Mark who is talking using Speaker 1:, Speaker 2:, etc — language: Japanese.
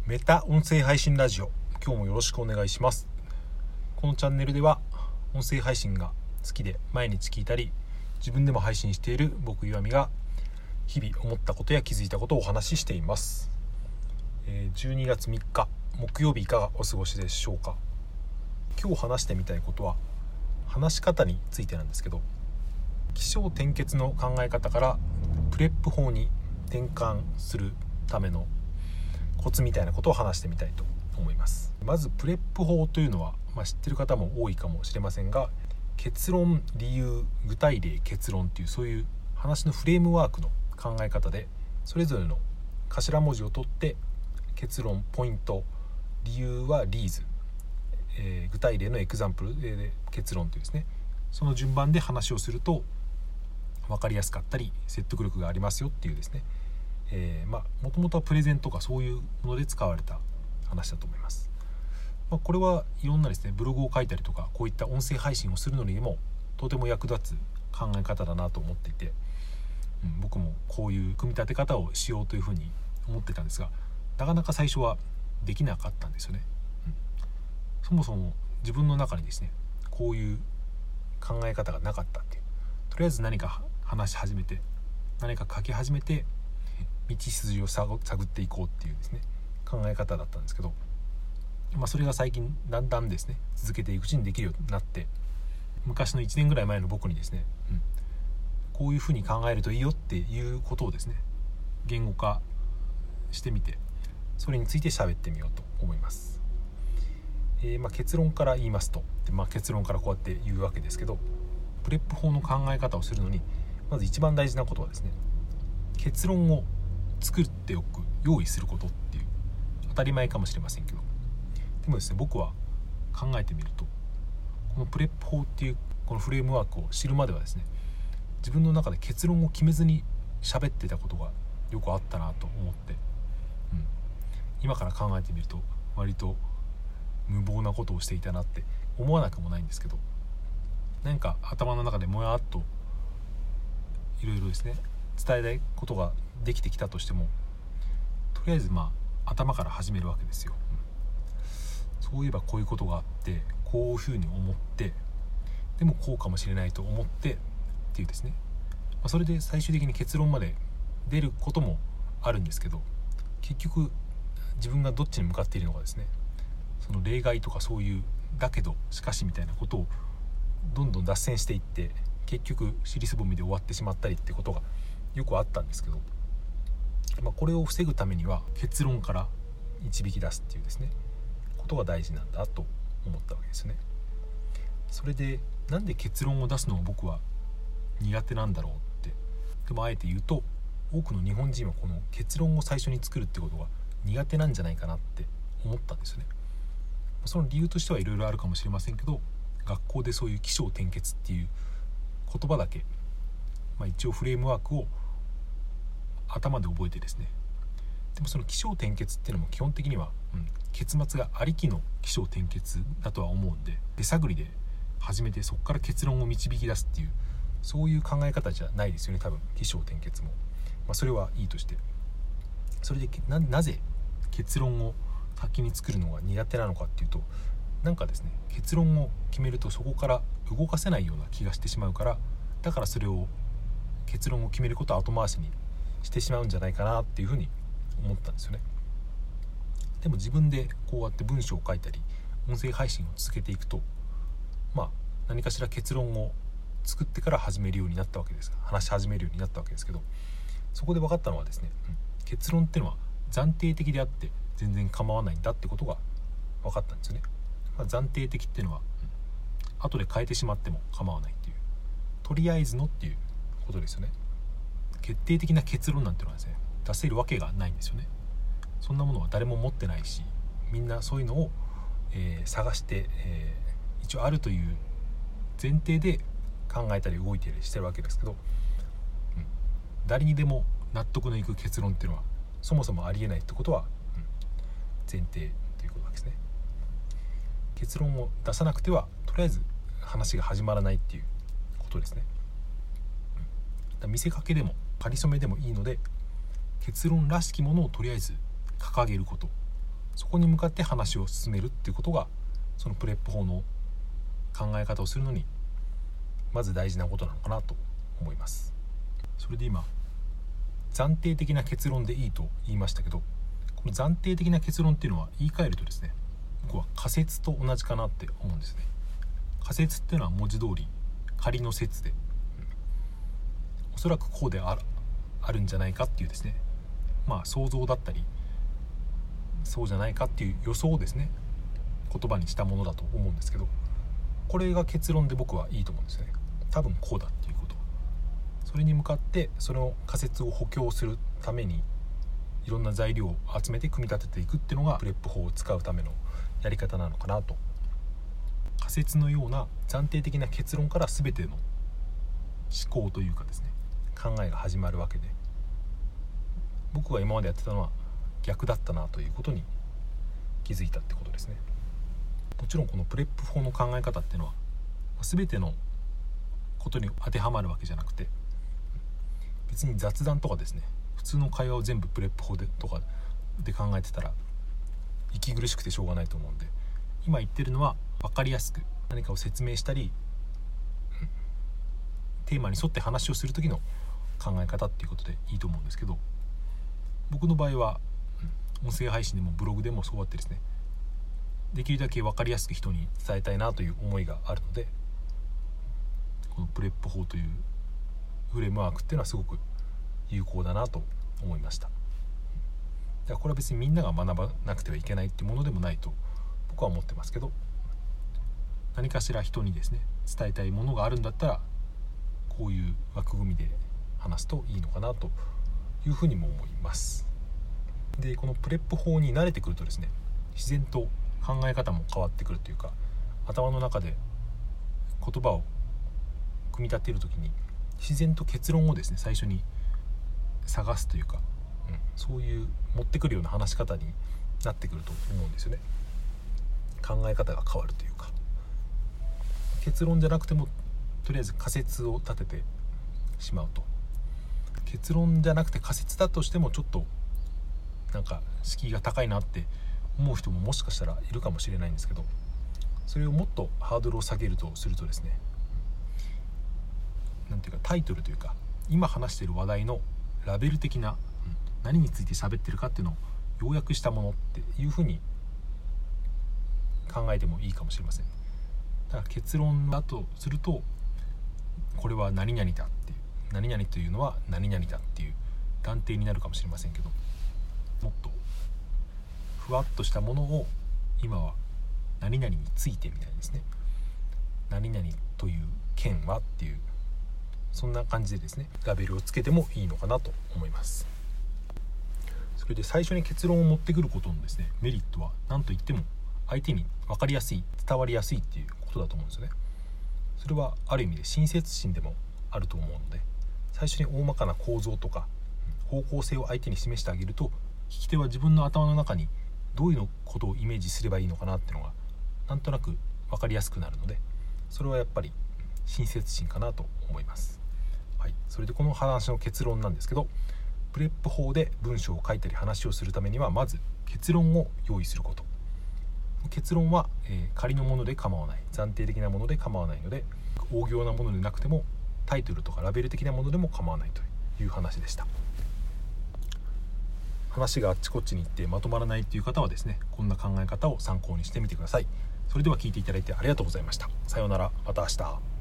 Speaker 1: メタ音声配信ラジオ、今日もよろしくお願いします。このチャンネルでは音声配信が好きで毎日聞いたり自分でも配信している僕岩見が日々思ったことや気づいたことをお話ししています。12月3日木曜日いかがお過ごしでしょうか。今日話してみたいことは話し方についてなんですけど、起承転結の考え方からプレップ法に転換するためのコツみたいなことを話してみたいと思います。まずプレップ法というのは、知ってる方も多いかもしれませんが、結論、理由、具体例、結論というそういう話のフレームワークの考え方で、それぞれの頭文字を取って結論、ポイント、理由はリーズ、具体例のエクザンプルで結論というですね、その順番で話をすると分かりやすかったり説得力がありますよっていうですね、もともとはプレゼンとかそういうもので使われた話だと思います。これはいろんなですねブログを書いたりとかこういった音声配信をするのにもとても役立つ考え方だなと思っていて、僕もこういう組み立て方をしようというふうに思ってたんですが、なかなか最初はできなかったんですよね。そもそも自分の中にですねこういう考え方がなかったっていう、とりあえず何か話し始めて何か書き始めて道筋を探っていこうっていうですね考え方だったんですけど、それが最近だんだんですね続けていくうちにできるようになって、昔の1年ぐらい前の僕にですね、こういうふうに考えるといいよっていうことをですね言語化してみて、それについて喋ってみようと思います。結論から言いますと、結論からこうやって言うわけですけど、プレップ法の考え方をするのにまず一番大事なことはですね、結論を作っておく、用意することっていう、当たり前かもしれませんけど、でもですね僕は考えてみると、このプレップ法っていうこのフレームワークを知るまではですね、自分の中で結論を決めずに喋ってたことがよくあったなと思って、今から考えてみると割と無謀なことをしていたなって思わなくもないんですけど、なんか頭の中でもやっといろいろですね伝えたいことができてきたとしても、とりあえず頭から始めるわけですよ。そういえばこういうことがあって、こういうふうに思って、でもこうかもしれないと思ってっていうですね、それで最終的に結論まで出ることもあるんですけど、結局自分がどっちに向かっているのかですね、その例外とかそういうだけどしかしみたいなことをどんどん脱線していって、結局尻すぼみで終わってしまったりってことがよくあったんですけど、これを防ぐためには結論から導き出すっていうですねことが大事なんだと思ったわけですね。それでなんで結論を出すのが僕は苦手なんだろうって、でもあえて言うと、多くの日本人はこの結論を最初に作るってことが苦手なんじゃないかなって思ったんですよね。その理由としてはいろいろあるかもしれませんけど、学校でそういう起承転結っていう言葉だけ、一応フレームワークを頭で覚えてですね、でもその起承転結っていうのも基本的には、結末がありきの起承転結だとは思うんで、手探りで始めてそこから結論を導き出すっていう、そういう考え方じゃないですよね多分起承転結も。それはいいとして、それでなぜ結論を先に作るのが苦手なのかっていうと、なんかですね結論を決めるとそこから動かせないような気がしてしまうから、だからそれを結論を決めることを後回しにしてしまうんじゃないかなっていうふうに思ったんですよね。でも自分でこうやって文章を書いたり音声配信を続けていくと、何かしら結論を作ってから始めるようになったわけです、話し始めるようになったわけですけど、そこで分かったのはですね、結論っていうのは暫定的であって全然構わないんだってことが分かったんですよね。暫定的っていうのは、後で変えてしまっても構わないっていう、とりあえずのっていうことですよね。決定的な結論なんていうのはですね出せるわけがないんですよね。そんなものは誰も持ってないし、みんなそういうのを、探して、一応あるという前提で考えたり動いたりしてるわけですけど、誰にでも納得のいく結論っていうのはそもそもありえないってことは、前提ということですね。結論を出さなくてはとりあえず話が始まらないっていうことですね。見せかけでも仮初めでもいいので、結論らしきものをとりあえず掲げること、 そこに向かって話を進めるっていうことがそのプレップ法の考え方をするのにまず大事なことなのかなと思います。それで今暫定的な結論でいいと言いましたけど、この暫定的な結論っていうのは言い換えるとですね、僕は仮説と同じかなって思うんですね。仮説っていうのは文字通り仮の説で、おそらくこうであるんじゃないかっていうですね、想像だったりそうじゃないかっていう予想をですね言葉にしたものだと思うんですけど、これが結論で僕はいいと思うんですね。多分こうだっていうこと、それに向かってその仮説を補強するためにいろんな材料を集めて組み立てていくっていうのがプレップ法を使うためのやり方なのかなと。仮説のような暫定的な結論から全ての思考というかですね、考えが始まるわけで、僕が今までやってたのは逆だったなということに気づいたってことですね。もちろんこのプレップ法の考え方っていうのは全てのことに当てはまるわけじゃなくて、別に雑談とかですね、普通の会話を全部プレップ法でとかで考えてたら息苦しくてしょうがないと思うんで、今言ってるのは分かりやすく何かを説明したりテーマに沿って話をする時の考え方っていうことでいいと思うんですけど、僕の場合は音声配信でもブログでもそうやってですね、できるだけ分かりやすく人に伝えたいなという思いがあるので、このプレップ法というフレームワークっていうのはすごく有効だなと思いました。だからこれは別にみんなが学ばなくてはいけないっていうものでもないと僕は思ってますけど、何かしら人にですね伝えたいものがあるんだったらこういう枠組みで話すといいのかなというふうにも思います。でこのプレップ法に慣れてくるとですね、自然と考え方も変わってくるというか、頭の中で言葉を組み立てるときに自然と結論をですね最初に探すというか、そういう持ってくるような話し方になってくると思うんですよね。考え方が変わるというか、結論じゃなくてもとりあえず仮説を立ててしまうと、結論じゃなくて仮説だとしてもちょっとなんか敷居が高いなって思う人ももしかしたらいるかもしれないんですけど、それをもっとハードルを下げるとするとですね、なんていうかタイトルというか今話している話題のラベル的な、何について喋ってるかっていうのを要約したものっていうふうに考えてもいいかもしれません。だから結論だとすると、これは何々だっていう、何々というのは何々だっていう断定になるかもしれませんけど、もっとふわっとしたものを今は何々についてみたいですね、何々という件はっていう、そんな感じでですねラベルをつけてもいいのかなと思います。それで最初に結論を持ってくることのですねメリットは何といっても相手に分かりやすい、伝わりやすいっていうことだと思うんですよね。それはある意味で親切心でもあると思うので、最初に大まかな構造とか方向性を相手に示してあげると、聞き手は自分の頭の中にどういうことをイメージすればいいのかなっていうのがなんとなく分かりやすくなるので、それはやっぱり親切心かなと思います。はい、それでこの話の結論なんですけど、プレップ法で文章を書いたり話をするためにはまず結論を用意すること。結論は、仮のもので構わない、暫定的なもので構わないので、大行なものでなくてもタイトルとかラベル的なものでも構わないという話でした。話があっちこっちに行ってまとまらないという方はですね、こんな考え方を参考にしてみてください。それでは聞いていただいてありがとうございました。さようなら、また明日。